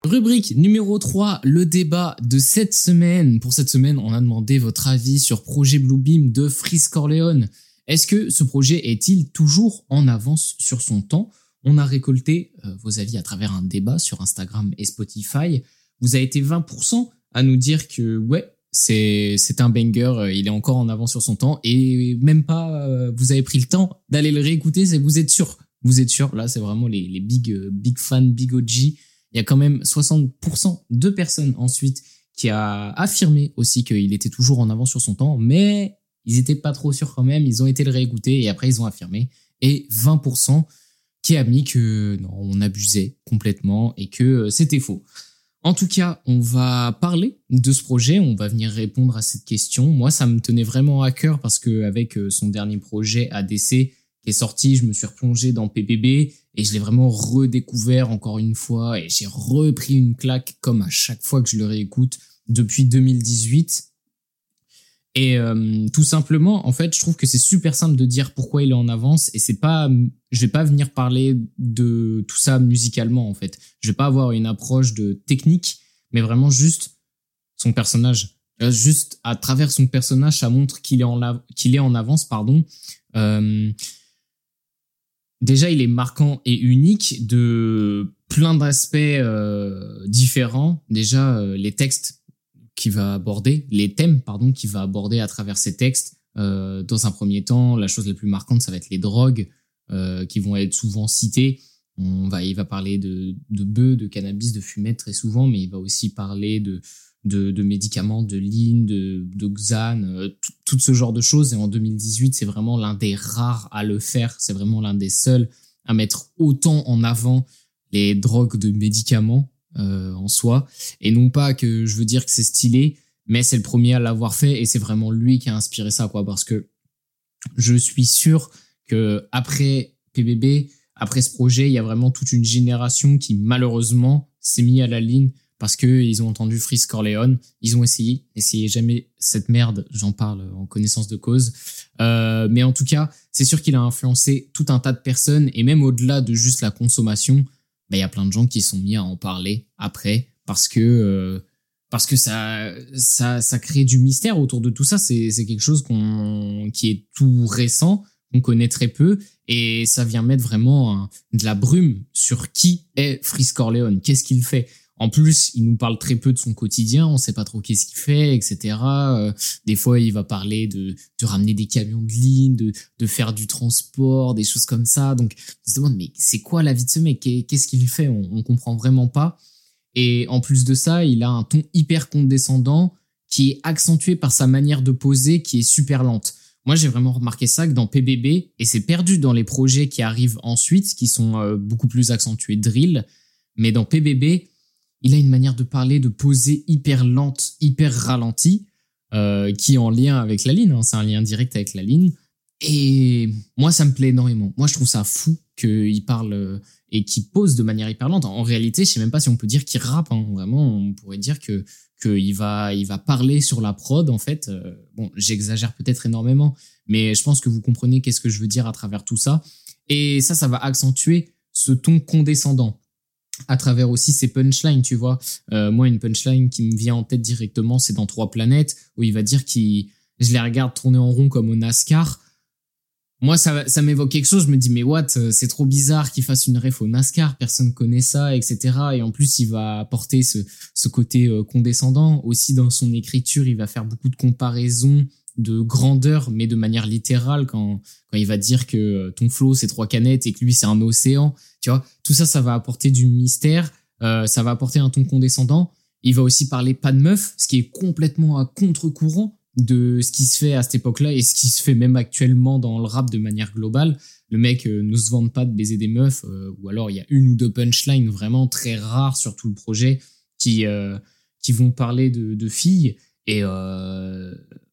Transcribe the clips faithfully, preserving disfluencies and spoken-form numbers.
Rubrique numéro trois, le débat de cette semaine. Pour cette semaine, on a demandé votre avis sur projet Bluebeam de Freeze Corleone. Est-ce que ce projet est-il toujours en avance sur son temps ? On a récolté euh, vos avis à travers un débat sur Instagram et Spotify. Vous avez été vingt pour cent à nous dire que ouais, c'est c'est un banger, il est encore en avance sur son temps et même pas euh, vous avez pris le temps d'aller le réécouter, c'est vous êtes sûr. Vous êtes sûr, là c'est vraiment les les big euh, big fans, big O G. Il y a quand même soixante pour cent de personnes ensuite qui a affirmé aussi qu'il était toujours en avance sur son temps, mais ils étaient pas trop sûrs quand même, ils ont été le réécouter et après ils ont affirmé. Et vingt pour cent qui a mis que non, on abusait complètement et que c'était faux. En tout cas, on va parler de ce projet, on va venir répondre à cette question. Moi, ça me tenait vraiment à cœur parce que avec son dernier projet A D C qui est sorti, je me suis replongé dans P B B et je l'ai vraiment redécouvert encore une fois et j'ai repris une claque comme à chaque fois que je le réécoute depuis deux mille dix-huit. Et euh, tout simplement, en fait, je trouve que c'est super simple de dire pourquoi il est en avance et c'est pas, je vais pas venir parler de tout ça musicalement en fait. Je vais pas avoir une approche de technique, mais vraiment juste son personnage. Juste à travers son personnage, ça montre qu'il est en la, qu'il est en avance, pardon. Euh, déjà, il est marquant et unique de plein d'aspects euh, différents. Déjà, euh, les textes qui va aborder, les thèmes, pardon, qu'il va aborder à travers ces textes. Euh, dans un premier temps, la chose la plus marquante, ça va être les drogues euh, qui vont être souvent citées. On va, il va parler de, de bœufs, de cannabis, de fumette très souvent, mais il va aussi parler de, de, de médicaments, de lean, de, de Xan, euh, tout, tout ce genre de choses. Et en deux mille dix-huit, c'est vraiment l'un des rares à le faire. C'est vraiment l'un des seuls à mettre autant en avant les drogues de médicaments. Euh, en soi, et non pas que je veux dire que c'est stylé, mais c'est le premier à l'avoir fait et c'est vraiment lui qui a inspiré ça, quoi, parce que je suis sûr que après P B B, après ce projet, il y a vraiment toute une génération qui malheureusement s'est mis à la ligne parce que ils ont entendu Freeze Corleone, ils ont essayé, essayez jamais cette merde, j'en parle en connaissance de cause, euh, mais en tout cas, c'est sûr qu'il a influencé tout un tas de personnes et même au-delà de juste la consommation. Ben, il y a plein de gens qui sont mis à en parler après parce que euh, parce que ça ça ça crée du mystère autour de tout ça. C'est c'est quelque chose qu'on qui est tout récent, qu'on connaît très peu et ça vient mettre vraiment un, de la brume sur qui est Freeze Corleone, qu'est-ce qu'il fait. En plus, il nous parle très peu de son quotidien, on sait pas trop qu'est-ce qu'il fait, et cetera. Euh, des fois, il va parler de, de ramener des camions de ligne, de, de faire du transport, des choses comme ça. Donc, on se demande, mais c'est quoi la vie de ce mec ? Qu'est-ce qu'il fait ? On, on comprend vraiment pas. Et en plus de ça, il a un ton hyper condescendant qui est accentué par sa manière de poser qui est super lente. Moi, j'ai vraiment remarqué ça que dans P B B, et c'est perdu dans les projets qui arrivent ensuite, qui sont euh, beaucoup plus accentués drill, mais dans P B B, il a une manière de parler, de poser hyper lente, hyper ralentie, euh, qui est en lien avec la ligne. Hein. C'est un lien direct avec la ligne. Et moi, ça me plaît énormément. Moi, je trouve ça fou qu'il parle euh, et qu'il pose de manière hyper lente. En réalité, je sais même pas si on peut dire qu'il rappe. Hein. Vraiment, on pourrait dire que qu'il va, il va parler sur la prod, en fait. Euh, bon, j'exagère peut-être énormément, mais je pense que vous comprenez qu'est-ce que je veux dire à travers tout ça. Et ça, ça va accentuer ce ton condescendant à travers aussi ses punchlines, tu vois. Euh, moi, une punchline qui me vient en tête directement, c'est dans Trois planètes, où il va dire qu'il, je les regarde tourner en rond comme au NASCAR. Moi, ça, ça m'évoque quelque chose, je me dis, mais what, c'est trop bizarre qu'il fasse une ref au NASCAR, personne connaît ça, et cetera. Et en plus, il va apporter ce, ce côté euh, condescendant. Aussi, dans son écriture, il va faire beaucoup de comparaisons de grandeur, mais de manière littérale, quand, quand il va dire que ton flow, c'est trois canettes et que lui, c'est un océan. Tu vois, tout ça, ça va apporter du mystère, euh, ça va apporter un ton condescendant. Il va aussi parler pas de meuf, ce qui est complètement à contre-courant de ce qui se fait à cette époque-là et ce qui se fait même actuellement dans le rap de manière globale. Le mec euh, ne se vante pas de baiser des meufs, euh, ou alors il y a une ou deux punchlines vraiment très rares sur tout le projet qui euh, qui vont parler de, de filles et euh,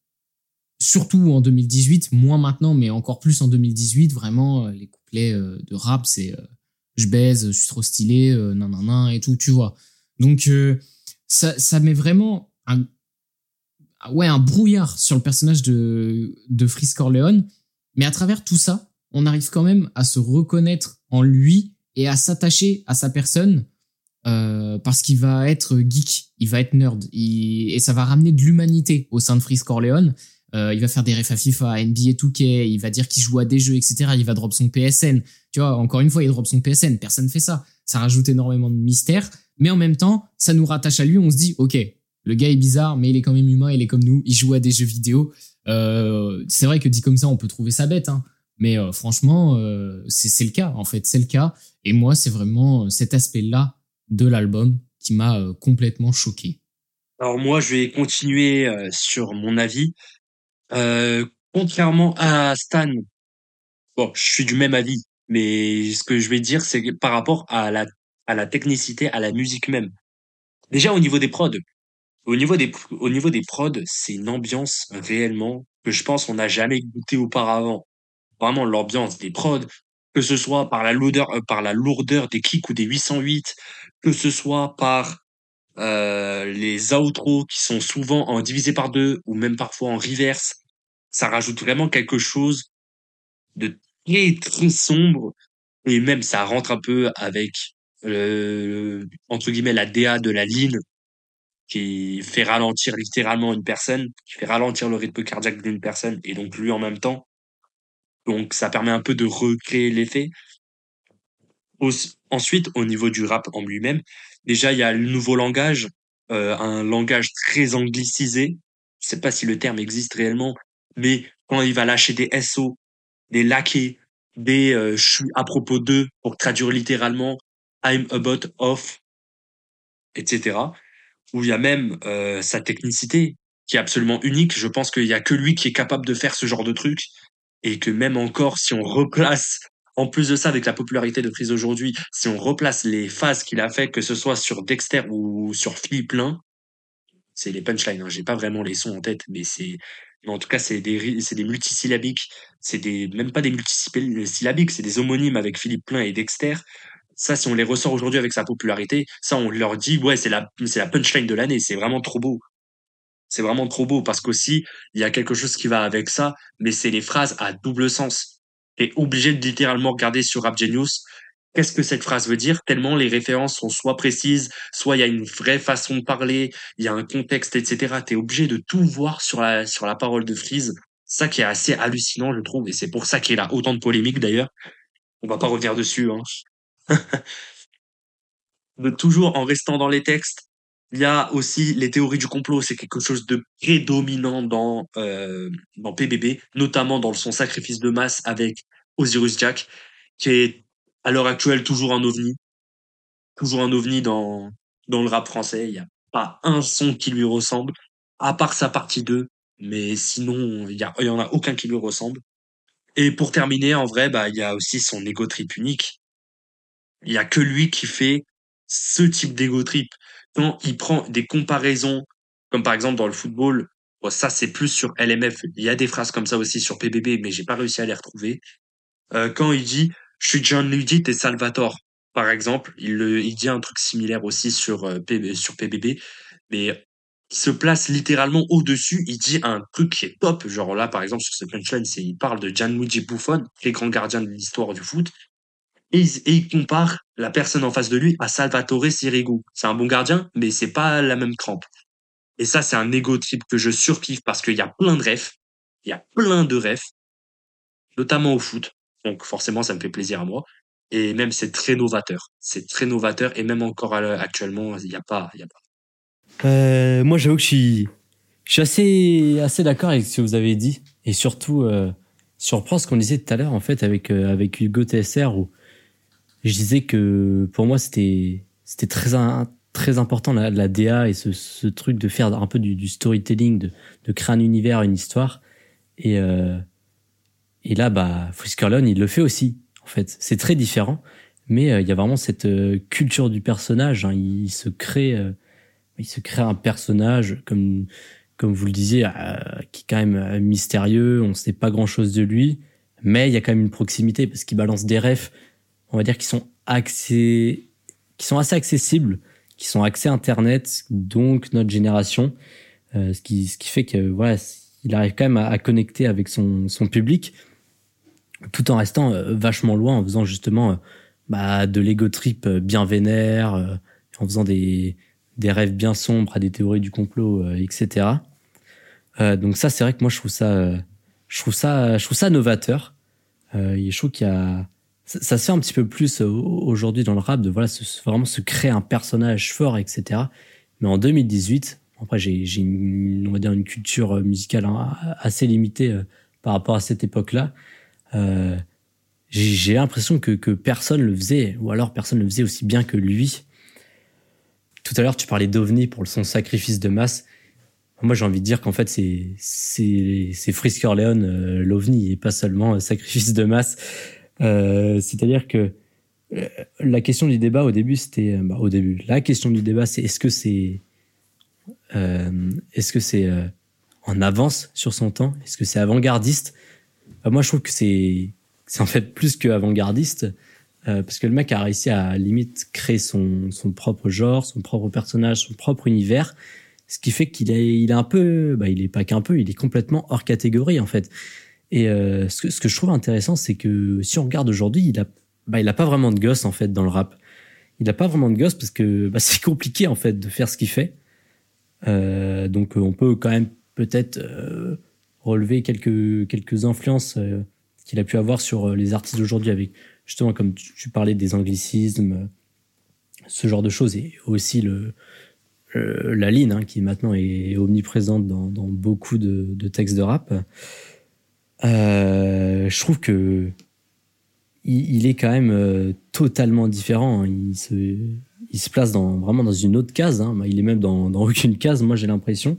surtout en deux mille dix-huit, moins maintenant, mais encore plus en deux mille dix-huit, vraiment, euh, les couplets euh, de rap, c'est euh, je baise, je suis trop stylé, euh, nan, nan, nan, et tout, tu vois. Donc, euh, ça, ça met vraiment un, ouais, un brouillard sur le personnage de, de Freeze Corleone, mais à travers tout ça, on arrive quand même à se reconnaître en lui et à s'attacher à sa personne euh, parce qu'il va être geek, il va être nerd, il, et ça va ramener de l'humanité au sein de Freeze Corleone. Euh, il va faire des refs à FIFA, N B A deux K, il va dire qu'il joue à des jeux, et cetera. Il va drop son P S N. Tu vois, encore une fois, il drop son P S N. Personne fait ça. Ça rajoute énormément de mystère. Mais en même temps, ça nous rattache à lui. On se dit, OK, le gars est bizarre, mais il est quand même humain, il est comme nous. Il joue à des jeux vidéo. Euh, c'est vrai que dit comme ça, on peut trouver ça bête, hein. Mais euh, franchement, euh, c'est, c'est le cas. En fait, c'est le cas. Et moi, c'est vraiment cet aspect-là de l'album qui m'a euh, complètement choqué. Alors moi, je vais continuer euh, sur mon avis. Euh, Contrairement à Stan, bon, je suis du même avis, mais ce que je vais dire, c'est que par rapport à la, à la technicité, à la musique même. Déjà, au niveau des prods, au niveau des, au niveau des prods, c'est une ambiance réellement que je pense qu'on n'a jamais goûté auparavant. Vraiment, l'ambiance des prods, que ce soit par la lourdeur, euh, par la lourdeur des kicks ou des huit cent huit, que ce soit par euh, les outros qui sont souvent en divisé par deux ou même parfois en reverse, ça rajoute vraiment quelque chose de très très sombre et même ça rentre un peu avec euh, entre guillemets la D A de la ligne qui fait ralentir littéralement une personne, qui fait ralentir le rythme cardiaque d'une personne et donc lui en même temps. Donc ça permet un peu de recréer l'effet. Aussi- Ensuite, au niveau du rap en lui-même, déjà il y a le nouveau langage, euh, un langage très anglicisé. Je sais pas si le terme existe réellement, mais quand il va lâcher des S O, des laqués, des euh, je suis à propos d'eux pour traduire littéralement I'm about off, et cetera. Où il y a même euh, sa technicité qui est absolument unique. Je pense qu'il y a que lui qui est capable de faire ce genre de truc et que même encore si on replace en plus de ça avec la popularité de Freeze aujourd'hui, si on replace les phases qu'il a fait que ce soit sur Dexter ou sur Philippe Plein, c'est les punchlines, hein. J'ai pas vraiment les sons en tête, mais c'est, mais en tout cas, c'est des, ri- c'est des multisyllabiques, c'est des, même pas des multisyllabiques, c'est des homonymes avec Philippe Plein et Dexter. Ça, si on les ressort aujourd'hui avec sa popularité, ça, on leur dit, ouais, c'est la, c'est la punchline de l'année, c'est vraiment trop beau. C'est vraiment trop beau parce qu'aussi, il y a quelque chose qui va avec ça, mais c'est les phrases à double sens. T'es obligé de littéralement regarder sur Rap Genius qu'est-ce que cette phrase veut dire, tellement les références sont soit précises, soit il y a une vraie façon de parler, il y a un contexte, et cetera. T'es obligé de tout voir sur la, sur la parole de Freeze. Ça qui est assez hallucinant, je trouve, et c'est pour ça qu'il a autant de polémiques d'ailleurs. On va pas revenir dessus, hein. De toujours en restant dans les textes. Il y a aussi les théories du complot, c'est quelque chose de prédominant dans, euh, dans P B B, notamment dans son sacrifice de masse avec Osiris Jack, qui est à l'heure actuelle toujours un ovni, toujours un ovni dans, dans le rap français. Il n'y a pas un son qui lui ressemble, à part sa partie deux, mais sinon, il y a, il y en a aucun qui lui ressemble. Et pour terminer, en vrai, bah, il y a aussi son ego trip unique. Il y a que lui qui fait ce type d'ego trip. Quand il prend des comparaisons, comme par exemple dans le football, bon, ça c'est plus sur L M F. Il y a des phrases comme ça aussi sur P B B, mais j'ai pas réussi à les retrouver. Euh, quand il dit je suis John Ludit et Salvatore, par exemple, il, le, il dit un truc similaire aussi sur, euh, P- sur P B B, mais il se place littéralement au-dessus. Il dit un truc qui est top. Genre là, par exemple, sur ce punchline, c'est il parle de Gianluigi Buffon, les grands gardiens de l'histoire du foot. Et il, et il compare la personne en face de lui à Salvatore Sirigu. C'est un bon gardien, mais c'est pas la même crampe. Et ça, c'est un ego trip que je surkiffe parce qu'il y a plein de refs. Il y a plein de refs, notamment au foot. Donc forcément, ça me fait plaisir à moi. Et même, c'est très novateur. C'est très novateur. Et même encore à- actuellement, il n'y a pas, il y a pas. Euh, moi, j'avoue que je suis, je suis assez, assez d'accord avec ce que vous avez dit. Et surtout, euh, surprend ce qu'on disait tout à l'heure, en fait, avec, euh, avec Hugo T S R, où je disais que pour moi, c'était, c'était très, un- très important, la, la D A et ce, ce truc de faire un peu du, du storytelling, de, de créer un univers, une histoire. Et, euh, et là, bah, Freeze Corleone, il le fait aussi, en fait. C'est très différent. Mais euh, il y a vraiment cette euh, culture du personnage, hein. Il, se crée, euh, il se crée un personnage, comme, comme vous le disiez, euh, qui est quand même euh, mystérieux. On sait pas grand chose de lui. Mais il y a quand même une proximité parce qu'il balance des refs, on va dire, qui sont accès, qui sont assez accessibles, qui sont accès Internet, donc notre génération. Euh, ce qui, ce qui fait que, voilà, il arrive quand même à, à connecter avec son, son public, tout en restant euh, vachement loin, en faisant justement euh, bah, de l'ego trip euh, bien vénère, euh, en faisant des, des rêves bien sombres à des théories du complot, euh, et cetera. Euh, donc ça, c'est vrai que moi, je trouve ça, euh, je trouve ça, je trouve ça novateur. Euh, et je trouve qu'il y a, ça, ça se fait un petit peu plus euh, aujourd'hui dans le rap de voilà, se, vraiment se créer un personnage fort, et cetera. Mais en deux mille dix-huit, après, j'ai, j'ai une, on va dire une culture musicale hein, assez limitée euh, par rapport à cette époque-là. Euh, j'ai, j'ai l'impression que, que personne le faisait, ou alors personne le faisait aussi bien que lui. Tout à l'heure, tu parlais d'OVNI pour son sacrifice de masse. Moi, j'ai envie de dire qu'en fait, c'est, c'est, c'est Freeze Corleone, euh, l'OVNI, et pas seulement euh, sacrifice de masse. Euh, c'est-à-dire que euh, la question du débat au début, c'était, bah, au début, la question du débat, c'est est-ce que c'est, euh, est-ce que c'est euh, en avance sur son temps? Est-ce que c'est avant-gardiste? Bah, moi, je trouve que c'est, c'est en fait plus que avant-gardiste, euh, parce que le mec a réussi à limite créer son, son propre genre, son propre personnage, son propre univers. Ce qui fait qu'il est, il est un peu, bah, il est pas qu'un peu, il est complètement hors catégorie, en fait. Et, euh, ce que, ce que je trouve intéressant, c'est que si on regarde aujourd'hui, il a, bah, il a pas vraiment de gosse, en fait, dans le rap. Il a pas vraiment de gosse parce que, bah, c'est compliqué, en fait, de faire ce qu'il fait. Euh, donc, on peut quand même peut-être, euh, relever quelques, quelques influences, euh, qu'il a pu avoir sur les artistes d'aujourd'hui avec, justement, comme tu, tu parlais des anglicismes, ce genre de choses, et aussi le, Euh, la ligne, hein, qui maintenant est omniprésente dans, dans beaucoup de, de textes de rap. Euh, je trouve que il, il est quand même euh, totalement différent. Hein. Il se, il se place dans, vraiment dans une autre case. Hein. Il est même dans, dans aucune case, moi j'ai l'impression.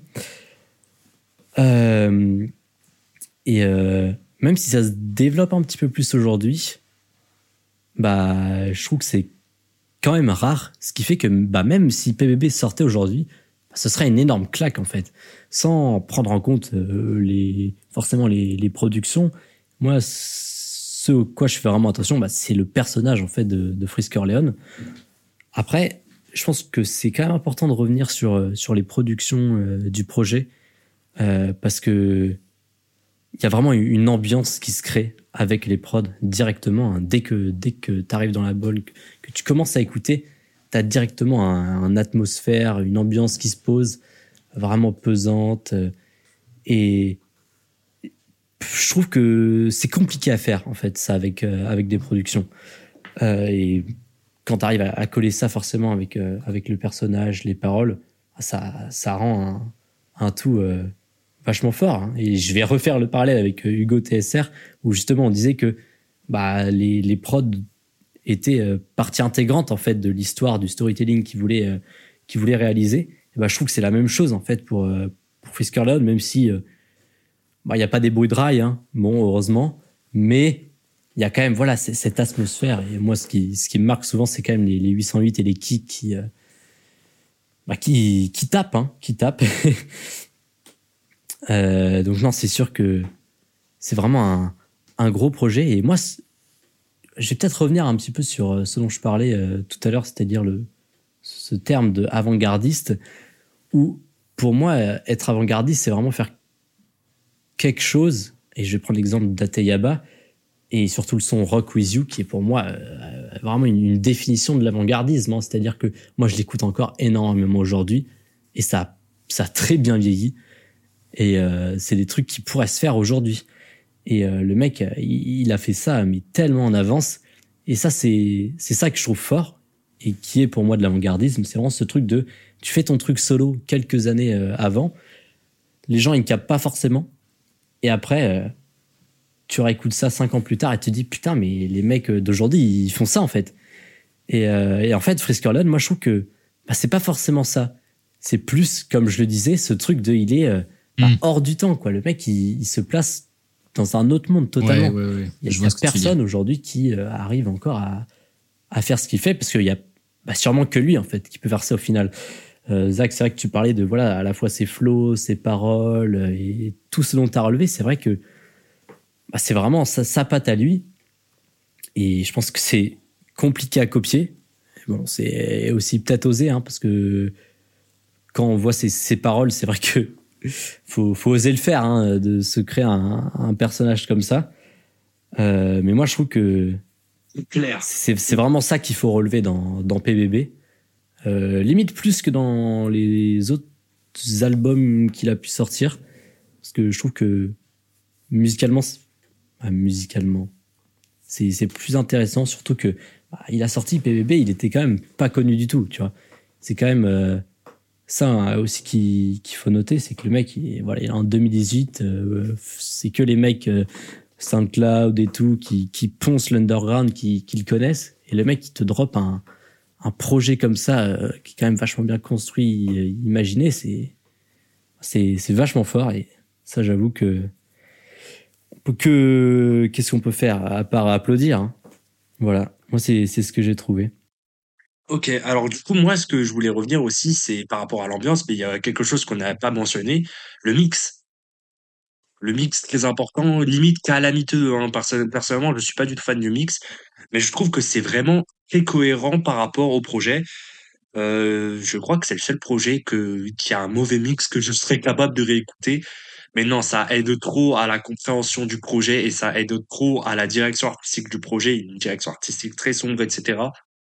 Euh, et euh, même si ça se développe un petit peu plus aujourd'hui, bah, je trouve que c'est quand même rare, ce qui fait que bah, même si P B B sortait aujourd'hui, bah, ce serait une énorme claque en fait, sans prendre en compte euh, les, forcément les, les productions. Moi, ce à quoi je fais vraiment attention, bah, c'est le personnage en fait de, de Freeze Corleone. Après, je pense que c'est quand même important de revenir sur, sur les productions euh, du projet, euh, parce que il y a vraiment une ambiance qui se crée avec les prods directement. Hein. Dès que, dès que tu arrives dans la bolle, que, que tu commences à écouter, tu as directement un, un atmosphère, une ambiance qui se pose, vraiment pesante. Euh, et je trouve que c'est compliqué à faire, en fait, ça, avec, euh, avec des productions. Euh, et quand tu arrives à, à coller ça forcément avec, euh, avec le personnage, les paroles, ça, ça rend un, un tout... Euh, vachement fort. Hein. Et je vais refaire le parallèle avec Hugo T S R, où justement on disait que bah, les, les prods étaient euh, partie intégrante en fait de l'histoire, du storytelling qu'ils voulaient, euh, qu'ils voulaient réaliser. Et bah, je trouve que c'est la même chose en fait pour, euh, pour Freeze Corleone, même si il euh, n'y a pas des bruits de rail, hein, bon, heureusement, mais il y a quand même voilà, c'est, cette atmosphère. Et moi, ce qui, ce qui me marque souvent, c'est quand même les, les huit cent huit et les kicks qui, euh, bah, qui, qui tapent, hein, qui tapent. Euh, donc non, c'est sûr que c'est vraiment un, un gros projet. Et moi, je vais peut-être revenir un petit peu sur ce dont je parlais euh, tout à l'heure, c'est-à-dire le, ce terme de avant-gardiste, où pour moi, être avant-gardiste, c'est vraiment faire quelque chose. Et je vais prendre l'exemple d'Ateyaba et surtout le son Rock With You, qui est pour moi euh, vraiment une, une définition de l'avant-gardisme. Hein. C'est-à-dire que moi, je l'écoute encore énormément aujourd'hui et ça, ça a très bien vieilli. Et euh, c'est des trucs qui pourraient se faire aujourd'hui. Et euh, le mec, il, il a fait ça, mais tellement en avance. Et ça, c'est c'est ça que je trouve fort et qui est pour moi de l'avant-gardisme. C'est vraiment ce truc de, tu fais ton truc solo quelques années euh, avant, les gens ils capent pas forcément. Et après, euh, tu réécoutes ça cinq ans plus tard et tu te dis putain, mais les mecs d'aujourd'hui ils font ça en fait. Et, euh, et en fait, Freeze Corleone, moi je trouve que bah, c'est pas forcément ça. C'est plus, comme je le disais, ce truc de il est euh, Bah, mmh. hors du temps, quoi. Le mec, il, il se place dans un autre monde totalement. Ouais, ouais, ouais. Il y a, y a personne aujourd'hui qui euh, arrive encore à, à faire ce qu'il fait, parce qu'il y a bah, sûrement que lui, en fait, qui peut faire ça au final. Euh, Zach, c'est vrai que tu parlais de, voilà, à la fois ses flows, ses paroles, euh, et tout ce dont tu as relevé. C'est vrai que bah, c'est vraiment sa, sa patte à lui. Et je pense que c'est compliqué à copier. Bon, c'est aussi peut-être osé, hein, parce que quand on voit ses, ses paroles, c'est vrai que faut, faut oser le faire, hein, de se créer un, un personnage comme ça. Euh, mais moi, je trouve que c'est clair. C'est, c'est vraiment ça qu'il faut relever dans, dans P B B. Euh, limite plus que dans les autres albums qu'il a pu sortir. Parce que je trouve que musicalement, c'est... Ah, musicalement, c'est, c'est plus intéressant. Surtout que bah, il a sorti P B B, il était quand même pas connu du tout, tu vois. C'est quand même euh, ça hein, aussi qu'il, qu'il faut noter, c'est que le mec, il, voilà, il est en deux mille dix-huit, euh, c'est que les mecs euh, SoundCloud et tout qui, qui poncent l'underground, qui, qui le connaissent. Et le mec, il te drop un, un projet comme ça, euh, qui est quand même vachement bien construit, euh, imaginé, c'est, c'est, c'est vachement fort. Et ça, j'avoue que, que qu'est-ce qu'on peut faire à part applaudir hein. Voilà, moi, c'est, c'est ce que j'ai trouvé. Ok, alors du coup, moi, ce que je voulais revenir aussi, c'est par rapport à l'ambiance, mais il y a quelque chose qu'on n'a pas mentionné, le mix. Le mix, très important, limite calamiteux, hein. Perso- Personnellement, je suis pas du tout fan du mix, mais je trouve que c'est vraiment très cohérent par rapport au projet. Euh, je crois que c'est le seul projet que, qui a un mauvais mix que je serais capable de réécouter. Mais non, ça aide trop à la compréhension du projet et ça aide trop à la direction artistique du projet, une direction artistique très sombre, et cetera.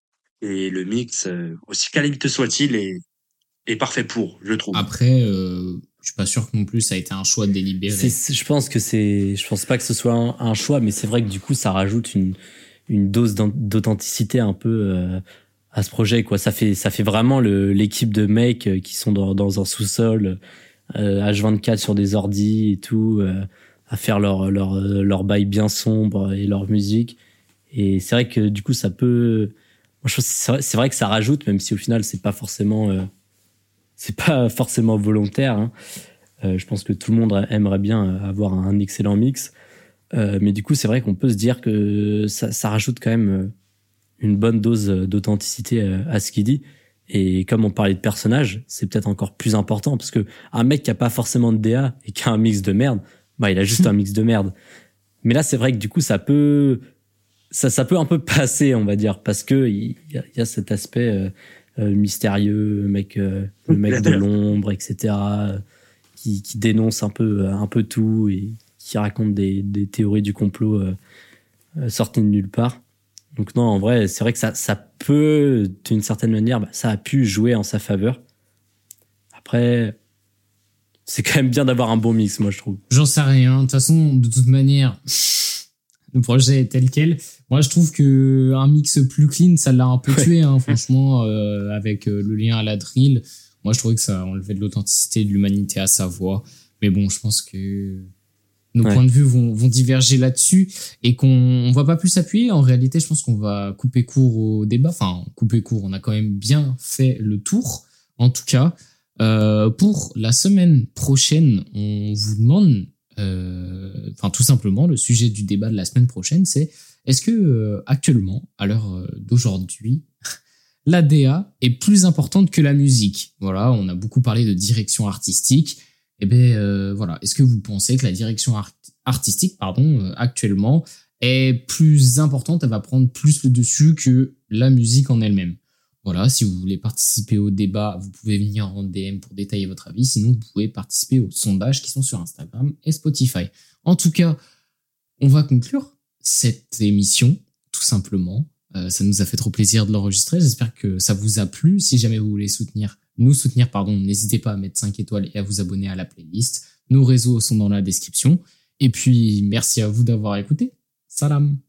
Et le mix, euh, aussi calamiteux soit-il, est, est parfait pour, je trouve. Après, euh, je suis pas sûr que non plus ça a été un choix délibéré. C'est, c'est- je pense que c'est, je pense pas que ce soit un, un choix, mais c'est vrai que du coup, ça rajoute une, une dose d'an- d'authenticité un peu euh, à ce projet, quoi. Ça fait, ça fait vraiment le, l'équipe de mecs euh, qui sont dans, dans un sous-sol, euh, H vingt-quatre sur des ordis et tout, euh, à faire leur, leur, leur bail bien sombre et leur musique. Et c'est vrai que du coup, ça peut, moi, je trouve que c'est vrai, c'est vrai que ça rajoute, même si au final, c'est pas forcément, euh, c'est pas forcément volontaire, hein. Euh, je pense que tout le monde aimerait bien avoir un excellent mix. Euh, mais du coup, c'est vrai qu'on peut se dire que ça, ça rajoute quand même une bonne dose d'authenticité à ce qu'il dit. Et comme on parlait de personnages, c'est peut-être encore plus important parce que un mec qui a pas forcément de D A et qui a un mix de merde, bah, il a juste un mix de merde. Mais là, c'est vrai que du coup, ça peut, ça, ça peut un peu passer, on va dire, parce que il y a, il y a cet aspect euh, euh, mystérieux, mec, euh, le mec de l'ombre, et cetera, qui, qui dénonce un peu, un peu tout et qui raconte des, des théories du complot euh, euh, sorties de nulle part. Donc non, en vrai, c'est vrai que ça, ça peut, d'une certaine manière, bah, ça a pu jouer en sa faveur. Après, c'est quand même bien d'avoir un bon mix, moi, je trouve. J'en sais rien. De toute façon, de toute manière, le projet est tel quel. Moi, je trouve que un mix plus clean, ça l'a un peu Ouais. tué, hein, franchement, euh, avec euh, le lien à la drill. Moi, je trouvais que ça enlevait de l'authenticité, de l'humanité à sa voix. Mais bon, je pense que nos Ouais. points de vue vont, vont diverger là-dessus et qu'on on va pas plus s'appuyer. En réalité, je pense qu'on va couper court au débat. Enfin, couper court, on a quand même bien fait le tour. En tout cas, euh, pour la semaine prochaine, on vous demande, euh, enfin tout simplement, le sujet du débat de la semaine prochaine, c'est est-ce que euh, actuellement, à l'heure euh, d'aujourd'hui, la D A est plus importante que la musique? Voilà, on a beaucoup parlé de direction artistique. Eh ben euh, voilà, est-ce que vous pensez que la direction art- artistique, pardon, euh, actuellement est plus importante, elle va prendre plus le dessus que la musique en elle-même? Voilà, si vous voulez participer au débat, vous pouvez venir en D M pour détailler votre avis. Sinon, vous pouvez participer aux sondages qui sont sur Instagram et Spotify. En tout cas, on va conclure cette émission, tout simplement. Euh, ça nous a fait trop plaisir de l'enregistrer. J'espère que ça vous a plu. Si jamais vous voulez soutenir, nous soutenir, pardon, n'hésitez pas à mettre cinq étoiles et à vous abonner à la playlist. Nos réseaux sont dans la description. Et puis, merci à vous d'avoir écouté. Salam.